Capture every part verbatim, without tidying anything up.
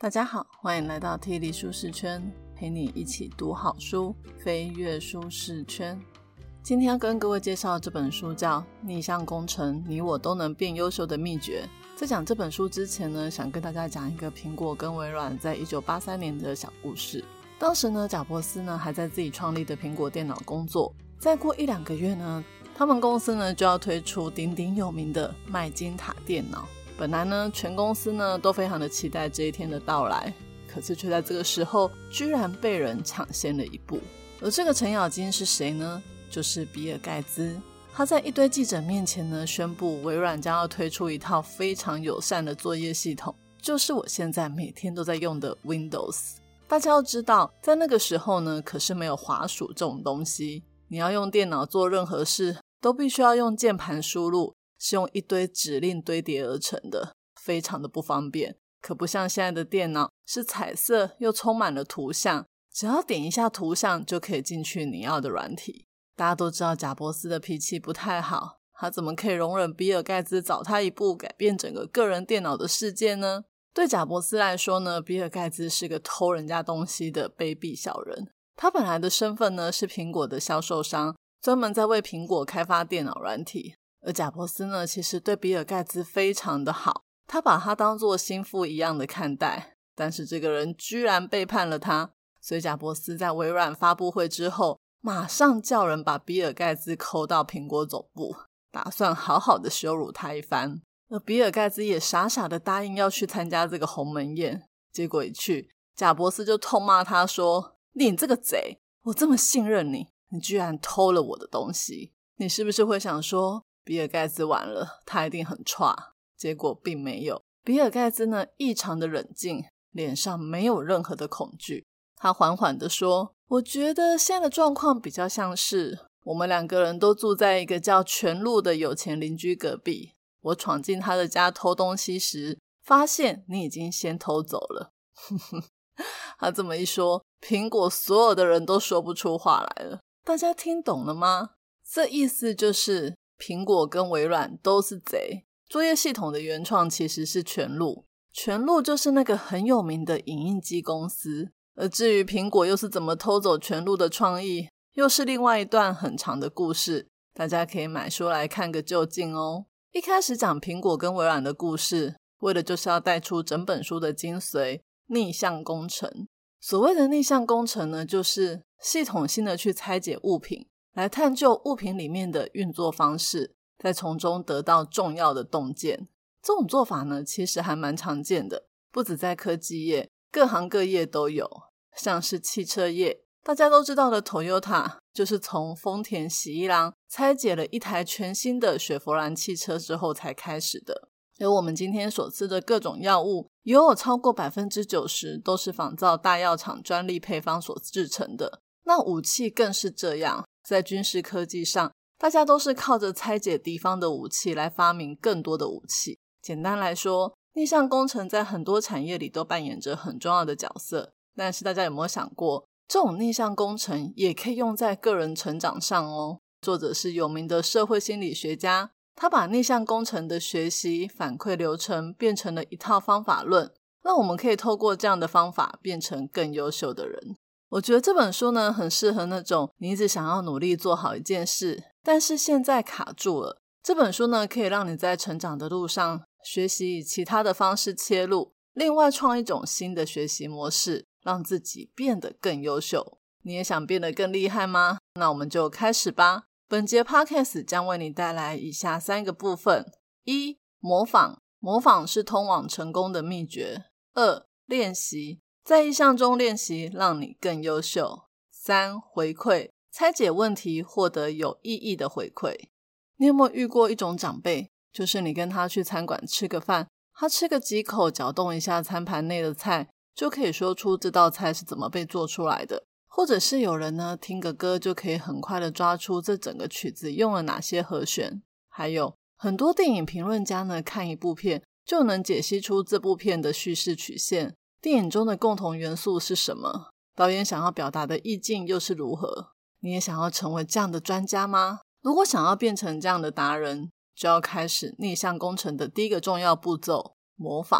大家好，欢迎来到 T 力舒适圈，陪你一起读好书，飞跃舒适圈。今天要跟各位介绍这本书叫《逆向工程：你我都能变优秀的秘诀》。在讲这本书之前呢，想跟大家讲一个苹果跟微软在一九八三年的小故事。当时呢，贾伯斯呢还在自己创立的苹果电脑工作。再过一两个月呢，他们公司呢就要推出鼎鼎有名的麦金塔电脑。本来呢，全公司呢都非常的期待这一天的到来，可是却在这个时候居然被人抢先了一步。而这个程咬金是谁呢？就是比尔盖茨。他在一堆记者面前呢宣布，微软将要推出一套非常友善的作业系统，就是我现在每天都在用的 Windows。 大家要知道，在那个时候呢，可是没有滑鼠这种东西，你要用电脑做任何事都必须要用键盘输入，是用一堆指令堆叠而成的，非常的不方便。可不像现在的电脑是彩色又充满了图像，只要点一下图像就可以进去你要的软体。大家都知道贾伯斯的脾气不太好，他怎么可以容忍比尔盖茨早他一步改变整个个人电脑的世界呢？对贾伯斯来说呢，比尔盖茨是个偷人家东西的卑鄙小人。他本来的身份呢是苹果的销售商，专门在为苹果开发电脑软体。而贾伯斯呢，其实对比尔盖茨非常的好，他把他当作心腹一样的看待。但是这个人居然背叛了他，所以贾伯斯在微软发布会之后，马上叫人把比尔盖茨扣到苹果总部，打算好好的羞辱他一番。而比尔盖茨也傻傻的答应要去参加这个鸿门宴。结果一去，贾伯斯就痛骂他说，你这个贼，我这么信任你，你居然偷了我的东西。你是不是会想说，比尔盖茨完了，他一定很差？结果并没有。比尔盖茨呢异常的冷静，脸上没有任何的恐惧。他缓缓地说，我觉得现在的状况比较像是我们两个人都住在一个叫全路的有钱邻居隔壁，我闯进他的家偷东西时，发现你已经先偷走了。他这么一说，苹果所有的人都说不出话来了。大家听懂了吗？这意思就是苹果跟微软都是贼。作业系统的原创其实是全路，全路就是那个很有名的影印机公司。而至于苹果又是怎么偷走全路的创意，又是另外一段很长的故事，大家可以买书来看个究竟哦。一开始讲苹果跟微软的故事，为的就是要带出整本书的精髓，逆向工程。所谓的逆向工程呢，就是系统性的去拆解物品，来探究物品里面的运作方式，再从中得到重要的洞见。这种做法呢，其实还蛮常见的，不止在科技业，各行各业都有。像是汽车业，大家都知道的 Toyota 就是从丰田喜一郎拆解了一台全新的雪佛兰汽车之后才开始的。而我们今天所吃的各种药物，也有超过 百分之九十 都是仿照大药厂专利配方所制成的。那武器更是这样，在军事科技上，大家都是靠着拆解敌方的武器来发明更多的武器。简单来说，逆向工程在很多产业里都扮演着很重要的角色。但是大家有没有想过，这种逆向工程也可以用在个人成长上哦。作者是有名的社会心理学家，他把逆向工程的学习反馈流程变成了一套方法论，让我们可以透过这样的方法变成更优秀的人。我觉得这本书呢，很适合那种你一直想要努力做好一件事，但是现在卡住了。这本书呢，可以让你在成长的路上学习以其他的方式切入，另外创一种新的学习模式，让自己变得更优秀。你也想变得更厉害吗？那我们就开始吧。本节 Podcast 将为你带来以下三个部分：一、模仿，模仿是通往成功的秘诀；二、练习，在意象中练习，让你更优秀；三、回馈，拆解问题，获得有意义的回馈。你有没有遇过一种长辈，就是你跟他去餐馆吃个饭，他吃个几口，搅动一下餐盘内的菜，就可以说出这道菜是怎么被做出来的。或者是有人呢，听个歌就可以很快的抓出这整个曲子用了哪些和弦。还有很多电影评论家呢，看一部片就能解析出这部片的叙事曲线，电影中的共同元素是什么，导演想要表达的意境又是如何。你也想要成为这样的专家吗？如果想要变成这样的达人，就要开始逆向工程的第一个重要步骤，模仿。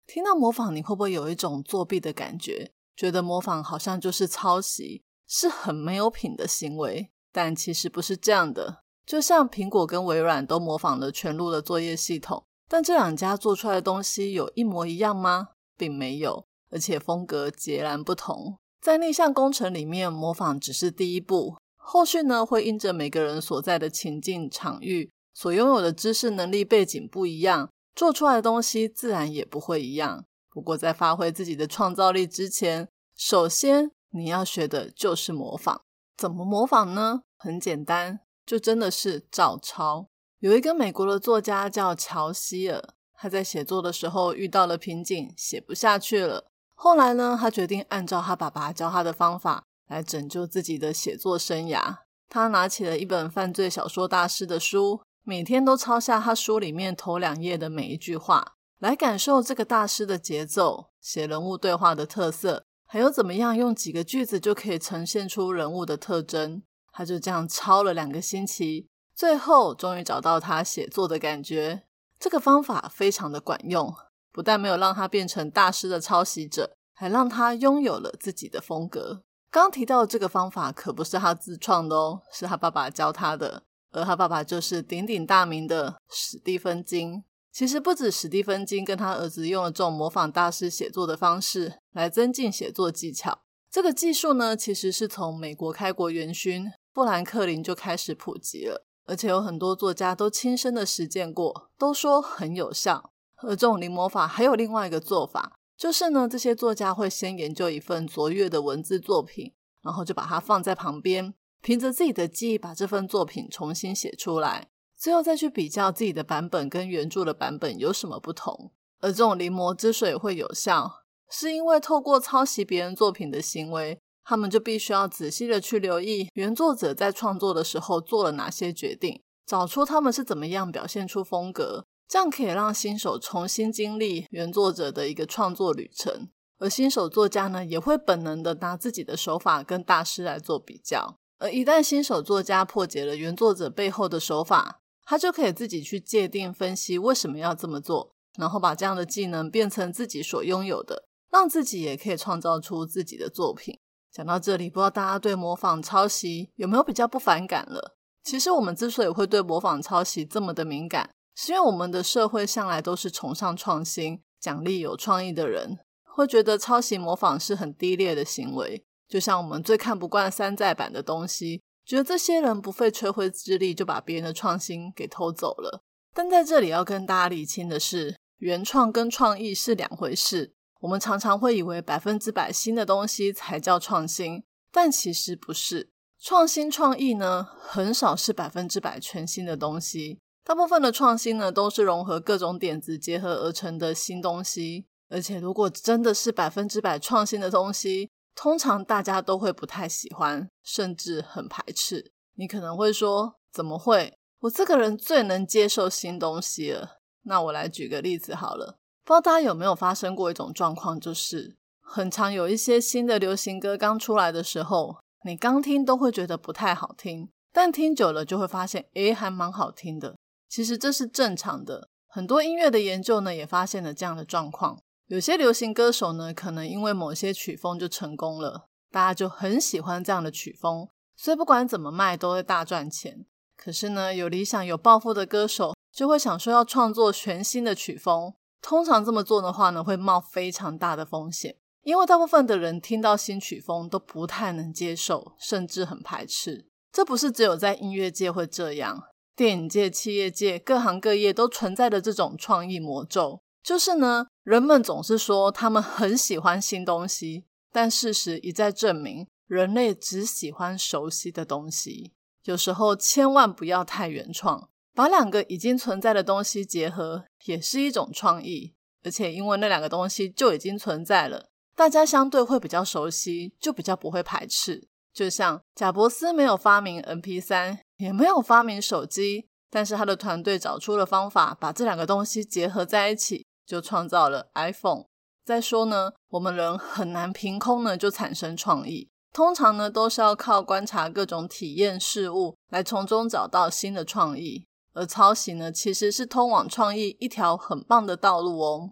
听到模仿，你会不会有一种作弊的感觉，觉得模仿好像就是抄袭，是很没有品的行为？但其实不是这样的。就像苹果跟微软都模仿了全录的作业系统，但这两家做出来的东西有一模一样吗？并没有，而且风格截然不同。在逆向工程里面，模仿只是第一步，后续呢会因着每个人所在的情境场域，所拥有的知识能力背景不一样，做出来的东西自然也不会一样。不过在发挥自己的创造力之前，首先你要学的就是模仿。怎么模仿呢？很简单，就真的是照抄。有一个美国的作家叫乔希尔，他在写作的时候遇到了瓶颈，写不下去了。后来呢，他决定按照他爸爸教他的方法来拯救自己的写作生涯。他拿起了一本犯罪小说大师的书，每天都抄下他书里面头两页的每一句话，来感受这个大师的节奏，写人物对话的特色，还有怎么样用几个句子就可以呈现出人物的特征。他就这样抄了两个星期，最后终于找到他写作的感觉。这个方法非常的管用，不但没有让他变成大师的抄袭者，还让他拥有了自己的风格。刚提到的这个方法可不是他自创的哦，是他爸爸教他的，而他爸爸就是鼎鼎大名的史蒂芬金。其实不止史蒂芬金跟他儿子用了这种模仿大师写作的方式来增进写作技巧。这个技术呢，其实是从美国开国元勋富兰克林就开始普及了，而且有很多作家都亲身的实践过，都说很有效。而这种临摹法还有另外一个做法，就是呢，这些作家会先研究一份卓越的文字作品，然后就把它放在旁边，凭着自己的记忆把这份作品重新写出来，最后再去比较自己的版本跟原著的版本有什么不同。而这种临摹之所以会有效，是因为透过抄袭别人作品的行为，他们就必须要仔细的去留意原作者在创作的时候做了哪些决定，找出他们是怎么样表现出风格，这样可以让新手重新经历原作者的一个创作旅程。而新手作家呢，也会本能的拿自己的手法跟大师来做比较。而一旦新手作家破解了原作者背后的手法，他就可以自己去界定分析为什么要这么做，然后把这样的技能变成自己所拥有的，让自己也可以创造出自己的作品。讲到这里，不知道大家对模仿抄袭有没有比较不反感了？其实我们之所以会对模仿抄袭这么的敏感，是因为我们的社会向来都是崇尚创新，奖励有创意的人，会觉得抄袭模仿是很低劣的行为。就像我们最看不惯山寨版的东西，觉得这些人不费吹灰之力就把别人的创新给偷走了。但在这里要跟大家理清的是，原创跟创意是两回事。我们常常会以为百分之百新的东西才叫创新，但其实不是。创新创意呢，很少是百分之百全新的东西，大部分的创新呢，都是融合各种点子结合而成的新东西。而且如果真的是百分之百创新的东西，通常大家都会不太喜欢，甚至很排斥。你可能会说，怎么会？我这个人最能接受新东西了。那我来举个例子好了。不知道大家有没有发生过一种状况，就是很常有一些新的流行歌刚出来的时候，你刚听都会觉得不太好听，但听久了就会发现诶，还蛮好听的。其实这是正常的，很多音乐的研究呢也发现了这样的状况。有些流行歌手呢，可能因为某些曲风就成功了，大家就很喜欢这样的曲风，所以不管怎么卖都会大赚钱。可是呢，有理想有抱负的歌手就会想说要创作全新的曲风，通常这么做的话呢，会冒非常大的风险，因为大部分的人听到新曲风都不太能接受，甚至很排斥。这不是只有在音乐界会这样，电影界、企业界各行各业都存在的这种创意魔咒。就是呢，人们总是说他们很喜欢新东西，但事实一再证明，人类只喜欢熟悉的东西。有时候千万不要太原创，把两个已经存在的东西结合也是一种创意，而且因为那两个东西就已经存在了，大家相对会比较熟悉，就比较不会排斥。就像贾伯斯没有发明 M P 三， 也没有发明手机，但是他的团队找出了方法，把这两个东西结合在一起，就创造了 iPhone。 再说呢，我们人很难凭空呢就产生创意，通常呢都是要靠观察各种体验事物来从中找到新的创意，而抄袭呢其实是通往创意一条很棒的道路哦。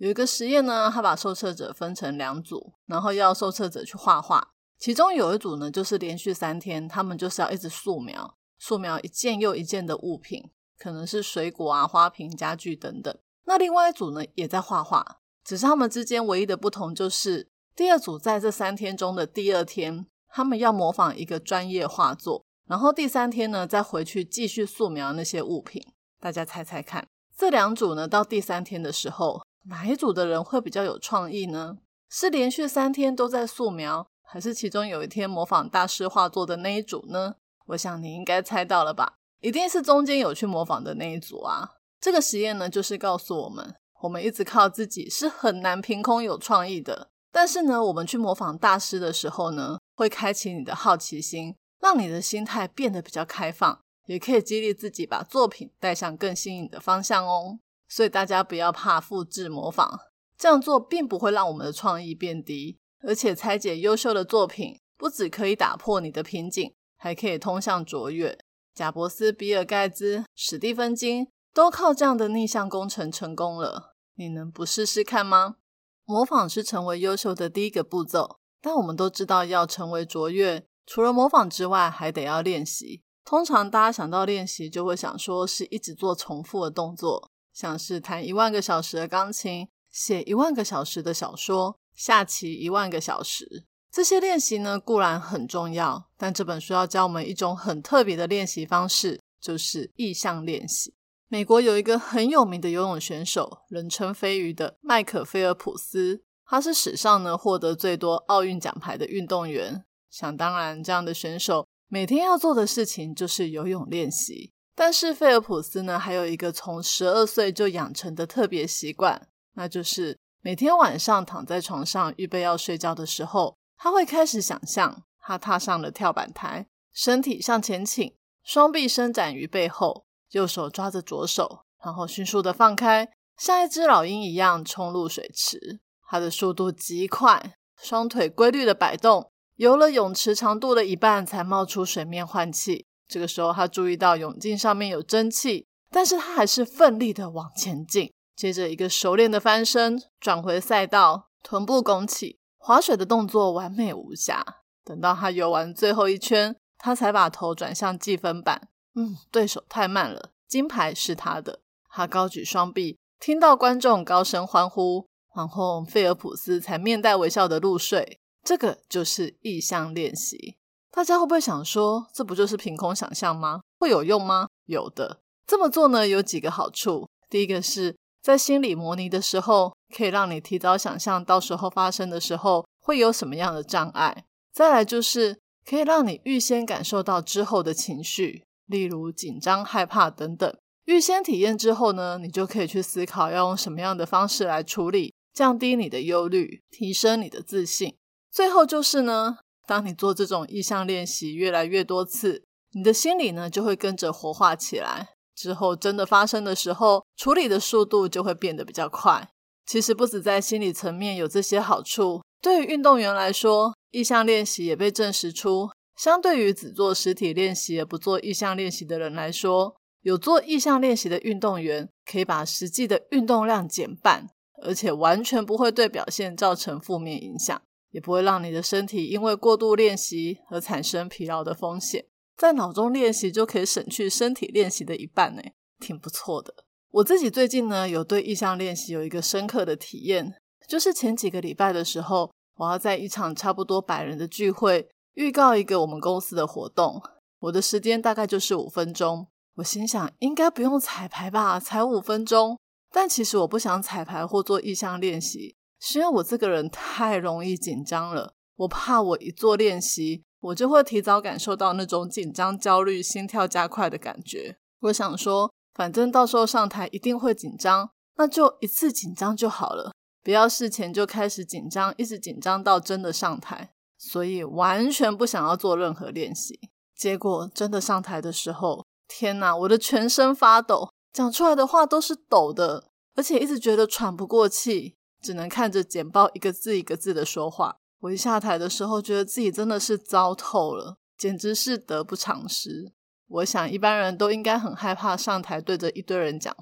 有一个实验呢，他把受测者分成两组，然后要受测者去画画。其中有一组呢，就是连续三天，他们就是要一直素描，素描一件又一件的物品，可能是水果啊、花瓶、家具等等。那另外一组呢，也在画画，只是他们之间唯一的不同就是，第二组在这三天中的第二天，他们要模仿一个专业画作，然后第三天呢，再回去继续素描那些物品。大家猜猜看，这两组呢，到第三天的时候，哪一组的人会比较有创意呢？是连续三天都在素描，还是其中有一天模仿大师画作的那一组呢？我想你应该猜到了吧，一定是中间有去模仿的那一组啊。这个实验呢，就是告诉我们，我们一直靠自己是很难凭空有创意的，但是呢，我们去模仿大师的时候呢，会开启你的好奇心，让你的心态变得比较开放，也可以激励自己把作品带向更新颖的方向哦。所以大家不要怕复制模仿，这样做并不会让我们的创意变低，而且拆解优秀的作品不只可以打破你的瓶颈，还可以通向卓越。贾伯斯、比尔盖茨、史蒂芬金都靠这样的逆向工程成功了，你能不试试看吗？模仿是成为优秀的第一个步骤，但我们都知道要成为卓越，除了模仿之外还得要练习。通常大家想到练习就会想说是一直做重复的动作，像是弹一万个小时的钢琴，写一万个小时的小说，下棋一万个小时。这些练习呢固然很重要，但这本书要教我们一种很特别的练习方式，就是意象练习。美国有一个很有名的游泳选手，人称飞鱼的麦可菲尔普斯，他是史上呢获得最多奥运奖牌的运动员。想当然，这样的选手每天要做的事情就是游泳练习。但是菲尔普斯呢，还有一个从十二岁就养成的特别习惯，那就是每天晚上躺在床上预备要睡觉的时候，他会开始想象他踏上了跳板台，身体向前倾，双臂伸展于背后，右手抓着左手，然后迅速的放开，像一只老鹰一样冲入水池。他的速度极快，双腿规律的摆动，游了泳池长度的一半才冒出水面换气。这个时候他注意到泳镜上面有蒸汽，但是他还是奋力的往前进。接着一个熟练的翻身，转回赛道，臀部拱起，划水的动作完美无瑕。等到他游完最后一圈，他才把头转向计分板。嗯，对手太慢了，金牌是他的。他高举双臂，听到观众高声欢呼，然后费尔普斯才面带微笑的入睡。这个就是意象练习。大家会不会想说，这不就是凭空想象吗？会有用吗？有的。这么做呢，有几个好处。第一个是在心理模拟的时候，可以让你提早想象到时候发生的时候会有什么样的障碍。再来就是可以让你预先感受到之后的情绪，例如紧张、害怕等等。预先体验之后呢，你就可以去思考要用什么样的方式来处理，降低你的忧虑，提升你的自信。最后就是呢，当你做这种意象练习越来越多次，你的心理呢就会跟着活化起来，之后真的发生的时候，处理的速度就会变得比较快。其实不止在心理层面有这些好处，对于运动员来说，意象练习也被证实出，相对于只做实体练习而不做意象练习的人来说，有做意象练习的运动员可以把实际的运动量减半，而且完全不会对表现造成负面影响，也不会让你的身体因为过度练习而产生疲劳的风险。在脑中练习就可以省去身体练习的一半耶，挺不错的。我自己最近呢，有对意象练习有一个深刻的体验，就是前几个礼拜的时候，我要在一场差不多百人的聚会预告一个我们公司的活动，我的时间大概就是五分钟。我心想应该不用彩排吧，才五分钟。但其实我不想彩排或做意象练习，是因为我这个人太容易紧张了，我怕我一做练习，我就会提早感受到那种紧张、焦虑、心跳加快的感觉。我想说反正到时候上台一定会紧张，那就一次紧张就好了，不要事前就开始紧张，一直紧张到真的上台。所以完全不想要做任何练习。结果真的上台的时候，天哪，我的全身发抖，讲出来的话都是抖的，而且一直觉得喘不过气，只能看着简报一个字一个字的说话。我一下台的时候觉得自己真的是糟透了，简直是得不偿失。我想一般人都应该很害怕上台对着一堆人讲话，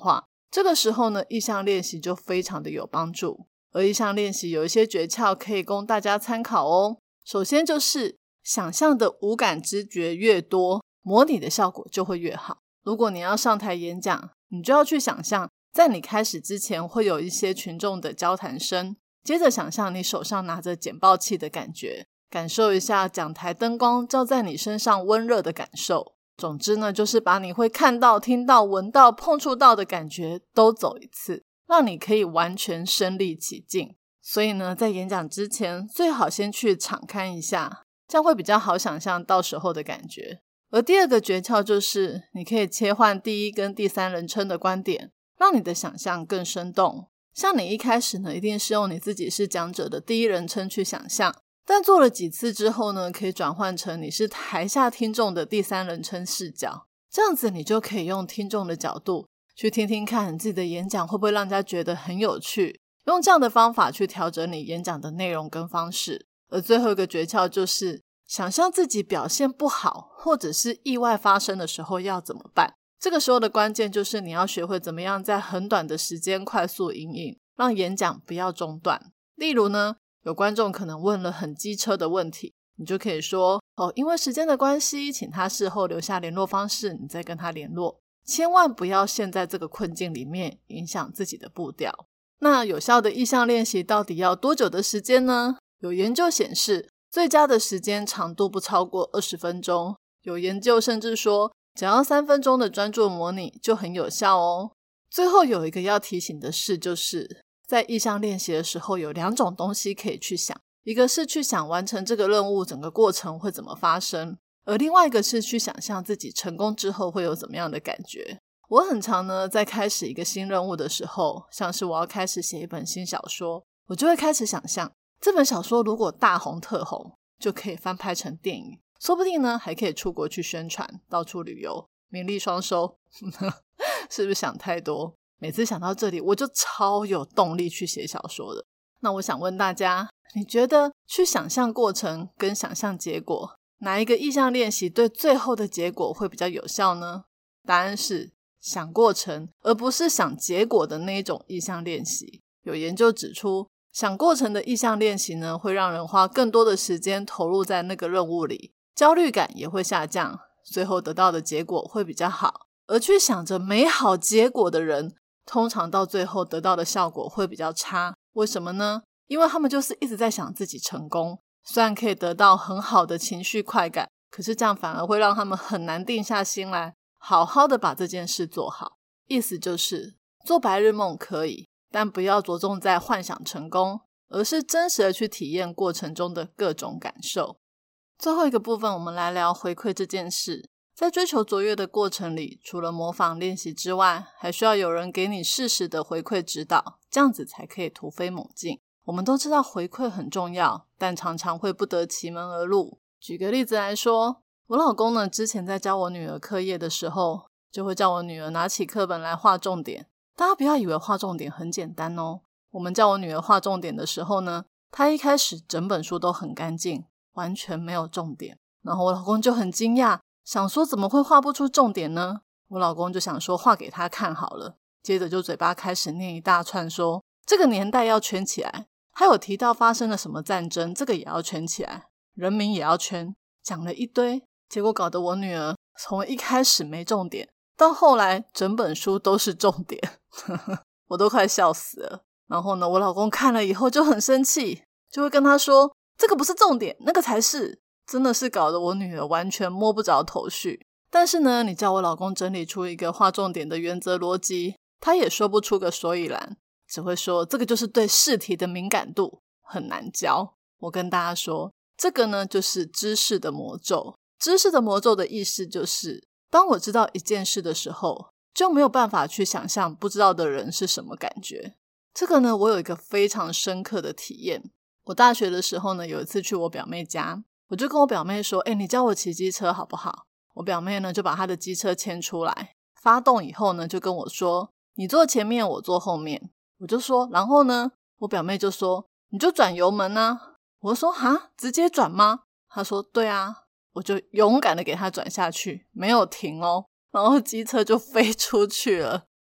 这个时候呢，意象练习就非常的有帮助。而意象练习有一些诀窍可以供大家参考哦。首先就是想象的五感知觉越多，模拟的效果就会越好。如果你要上台演讲，你就要去想象在你开始之前会有一些群众的交谈声，接着想象你手上拿着简报器的感觉，感受一下讲台灯光照在你身上温热的感受。总之呢，就是把你会看到、听到、闻到、碰触到的感觉都走一次，让你可以完全身临其境。所以呢，在演讲之前最好先去场勘一下，这样会比较好想象到时候的感觉。而第二个诀窍就是你可以切换第一跟第三人称的观点，让你的想象更生动。像你一开始呢，一定是用你自己是讲者的第一人称去想象，但做了几次之后呢，可以转换成你是台下听众的第三人称视角，这样子你就可以用听众的角度去听听看你自己的演讲会不会让人家觉得很有趣，用这样的方法去调整你演讲的内容跟方式。而最后一个诀窍就是想象自己表现不好或者是意外发生的时候要怎么办。这个时候的关键就是你要学会怎么样在很短的时间快速因应，让演讲不要中断。例如呢，有观众可能问了很机车的问题，你就可以说哦，因为时间的关系，请他事后留下联络方式，你再跟他联络。千万不要陷在这个困境里面，影响自己的步调。那有效的意象练习到底要多久的时间呢？有研究显示，最佳的时间长度不超过二十分钟。有研究甚至说，只要三分钟的专注模拟就很有效哦。最后有一个要提醒的事，就是在意象练习的时候有两种东西可以去想，一个是去想完成这个任务整个过程会怎么发生，而另外一个是去想象自己成功之后会有怎么样的感觉。我很常呢，在开始一个新任务的时候，像是我要开始写一本新小说，我就会开始想象这本小说如果大红特红，就可以翻拍成电影，说不定呢还可以出国去宣传，到处旅游，名利双收是不是想太多？每次想到这里，我就超有动力去写小说的。那我想问大家，你觉得去想象过程跟想象结果，哪一个意象练习对最后的结果会比较有效呢？答案是想过程，而不是想结果的那一种意象练习。有研究指出，想过程的意象练习呢，会让人花更多的时间投入在那个任务里，焦虑感也会下降，最后得到的结果会比较好。而去想着美好结果的人，通常到最后得到的效果会比较差。为什么呢？因为他们就是一直在想自己成功，虽然可以得到很好的情绪快感，可是这样反而会让他们很难定下心来好好的把这件事做好。意思就是做白日梦可以，但不要着重在幻想成功，而是真实的去体验过程中的各种感受。最后一个部分，我们来聊回馈这件事。在追求卓越的过程里，除了模仿练习之外，还需要有人给你适时的回馈指导，这样子才可以突飞猛进。我们都知道回馈很重要，但常常会不得其门而入。举个例子来说，我老公呢，之前在教我女儿课业的时候，就会叫我女儿拿起课本来画重点。大家不要以为画重点很简单哦。我们叫我女儿画重点的时候呢，她一开始整本书都很干净，完全没有重点。然后我老公就很惊讶，想说怎么会画不出重点呢？我老公就想说画给他看好了，接着就嘴巴开始念一大串，说这个年代要圈起来，还有提到发生了什么战争，这个也要圈起来，人民也要圈，讲了一堆，结果搞得我女儿从一开始没重点，到后来整本书都是重点我都快笑死了。然后呢，我老公看了以后就很生气，就会跟他说这个不是重点，那个才是。真的是搞得我女儿完全摸不着头绪。但是呢，你叫我老公整理出一个画重点的原则逻辑，他也说不出个所以然，只会说这个就是对试题的敏感度，很难教。我跟大家说，这个呢就是知识的魔咒。知识的魔咒的意思就是，当我知道一件事的时候，就没有办法去想象不知道的人是什么感觉。这个呢，我有一个非常深刻的体验。我大学的时候呢，有一次去我表妹家，我就跟我表妹说，诶，你教我骑机车好不好？我表妹呢就把她的机车牵出来，发动以后呢就跟我说，你坐前面我坐后面。我就说然后呢？我表妹就说你就转油门啊。我说哈，直接转吗？她说对啊。我就勇敢的给她转下去，没有停哦，然后机车就飞出去了。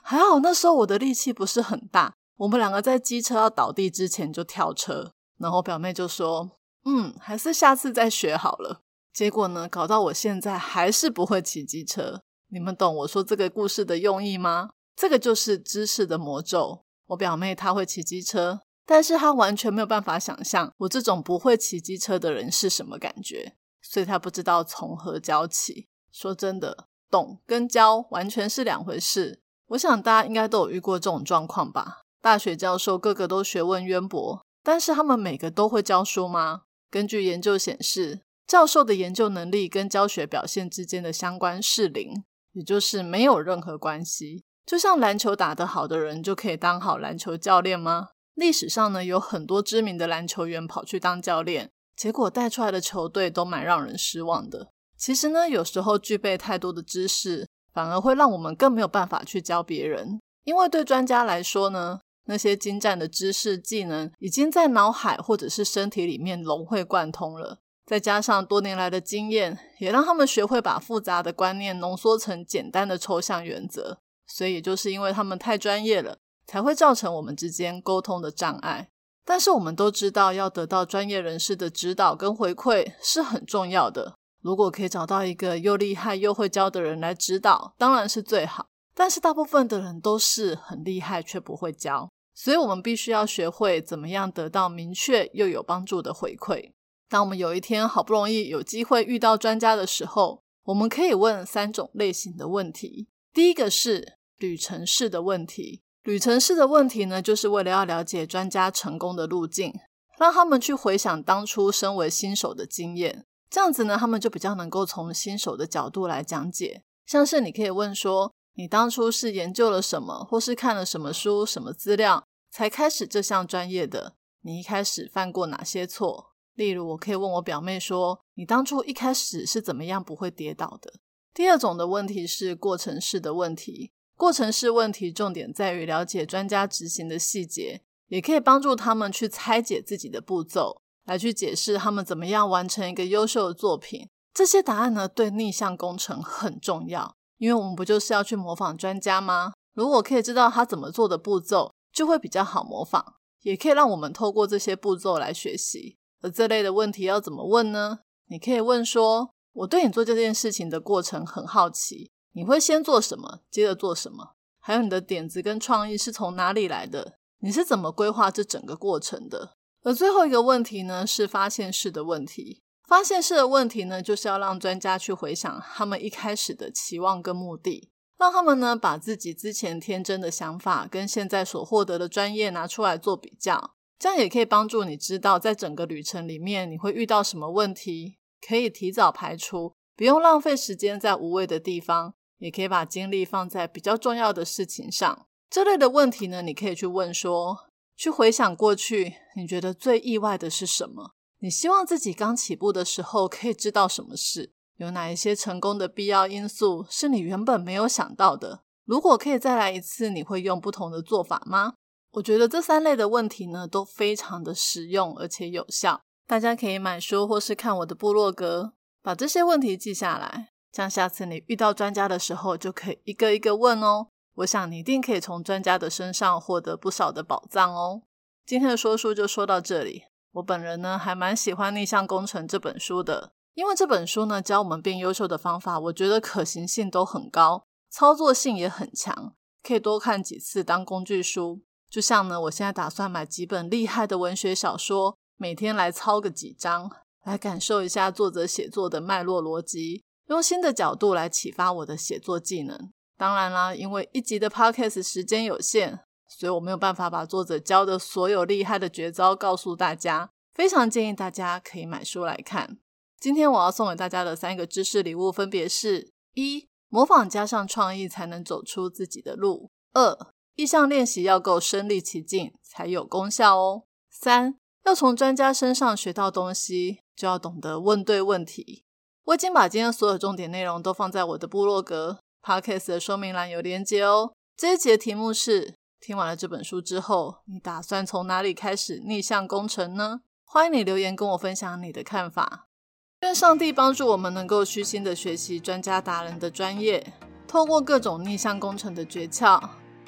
还好那时候我的力气不是很大，我们两个在机车要倒地之前就跳车，然后表妹就说嗯，还是下次再学好了。结果呢，搞到我现在还是不会骑机车。你们懂我说这个故事的用意吗？这个就是知识的魔咒。我表妹她会骑机车，但是她完全没有办法想象我这种不会骑机车的人是什么感觉，所以她不知道从何教起。说真的，懂跟教完全是两回事。我想大家应该都有遇过这种状况吧。大学教授个个都学问渊博，但是他们每个都会教书吗？根据研究显示，教授的研究能力跟教学表现之间的相关是零，也就是没有任何关系。就像篮球打得好的人就可以当好篮球教练吗？历史上呢，有很多知名的篮球员跑去当教练，结果带出来的球队都蛮让人失望的。其实呢，有时候具备太多的知识，反而会让我们更没有办法去教别人。因为对专家来说呢，那些精湛的知识技能已经在脑海或者是身体里面融会贯通了，再加上多年来的经验，也让他们学会把复杂的观念浓缩成简单的抽象原则。所以也就是因为他们太专业了，才会造成我们之间沟通的障碍。但是我们都知道，要得到专业人士的指导跟回馈是很重要的。如果可以找到一个又厉害又会教的人来指导，当然是最好。但是大部分的人都是很厉害却不会教，所以我们必须要学会怎么样得到明确又有帮助的回馈。当我们有一天好不容易有机会遇到专家的时候，我们可以问三种类型的问题。第一个是旅程式的问题。旅程式的问题呢，就是为了要了解专家成功的路径，让他们去回想当初身为新手的经验。这样子呢，他们就比较能够从新手的角度来讲解。像是你可以问说，你当初是研究了什么，或是看了什么书、什么资料，才开始这项专业的？你一开始犯过哪些错？例如我可以问我表妹说，你当初一开始是怎么样不会跌倒的？第二种的问题是过程式的问题。过程式问题重点在于了解专家执行的细节，也可以帮助他们去拆解自己的步骤，来去解释他们怎么样完成一个优秀的作品。这些答案呢，对逆向工程很重要，因为我们不就是要去模仿专家吗？如果可以知道他怎么做的步骤，就会比较好模仿，也可以让我们透过这些步骤来学习。而这类的问题要怎么问呢？你可以问说，我对你做这件事情的过程很好奇，你会先做什么，接着做什么？还有你的点子跟创意是从哪里来的？你是怎么规划这整个过程的？而最后一个问题呢，是发现式的问题。发现式的问题呢，就是要让专家去回想他们一开始的期望跟目的，让他们呢把自己之前天真的想法跟现在所获得的专业拿出来做比较。这样也可以帮助你知道在整个旅程里面你会遇到什么问题，可以提早排除，不用浪费时间在无谓的地方，也可以把精力放在比较重要的事情上。这类的问题呢，你可以去问说，去回想过去，你觉得最意外的是什么？你希望自己刚起步的时候可以知道什么事？有哪一些成功的必要因素是你原本没有想到的？如果可以再来一次，你会用不同的做法吗？我觉得这三类的问题呢，都非常的实用而且有效。大家可以买书或是看我的部落格，把这些问题记下来，这样下次你遇到专家的时候就可以一个一个问哦。我想你一定可以从专家的身上获得不少的宝藏哦。今天的说书就说到这里。我本人呢还蛮喜欢逆向工程这本书的，因为这本书呢教我们变优秀的方法，我觉得可行性都很高，操作性也很强，可以多看几次当工具书。就像呢我现在打算买几本厉害的文学小说，每天来抄个几章，来感受一下作者写作的脉络逻辑，用新的角度来启发我的写作技能。当然啦，因为一集的 podcast 时间有限，所以我没有办法把作者教的所有厉害的绝招告诉大家，非常建议大家可以买书来看。今天我要送给大家的三个知识礼物分别是：一、模仿加上创意才能走出自己的路；二、意象练习要够身临其境才有功效哦；三、要从专家身上学到东西，就要懂得问对问题。我已经把今天所有重点内容都放在我的部落格 Podcast 的说明栏有连结哦。这一集的题目是，听完了这本书之后，你打算从哪里开始逆向工程呢？欢迎你留言跟我分享你的看法。愿上帝帮助我们能够虚心的学习专家达人的专业，透过各种逆向工程的诀窍，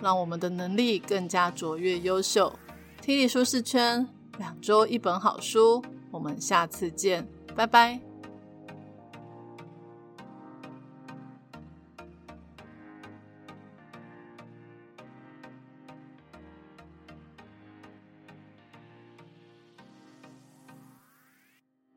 让我们的能力更加卓越优秀。T 力舒适圈，两周一本好书，我们下次见，拜拜。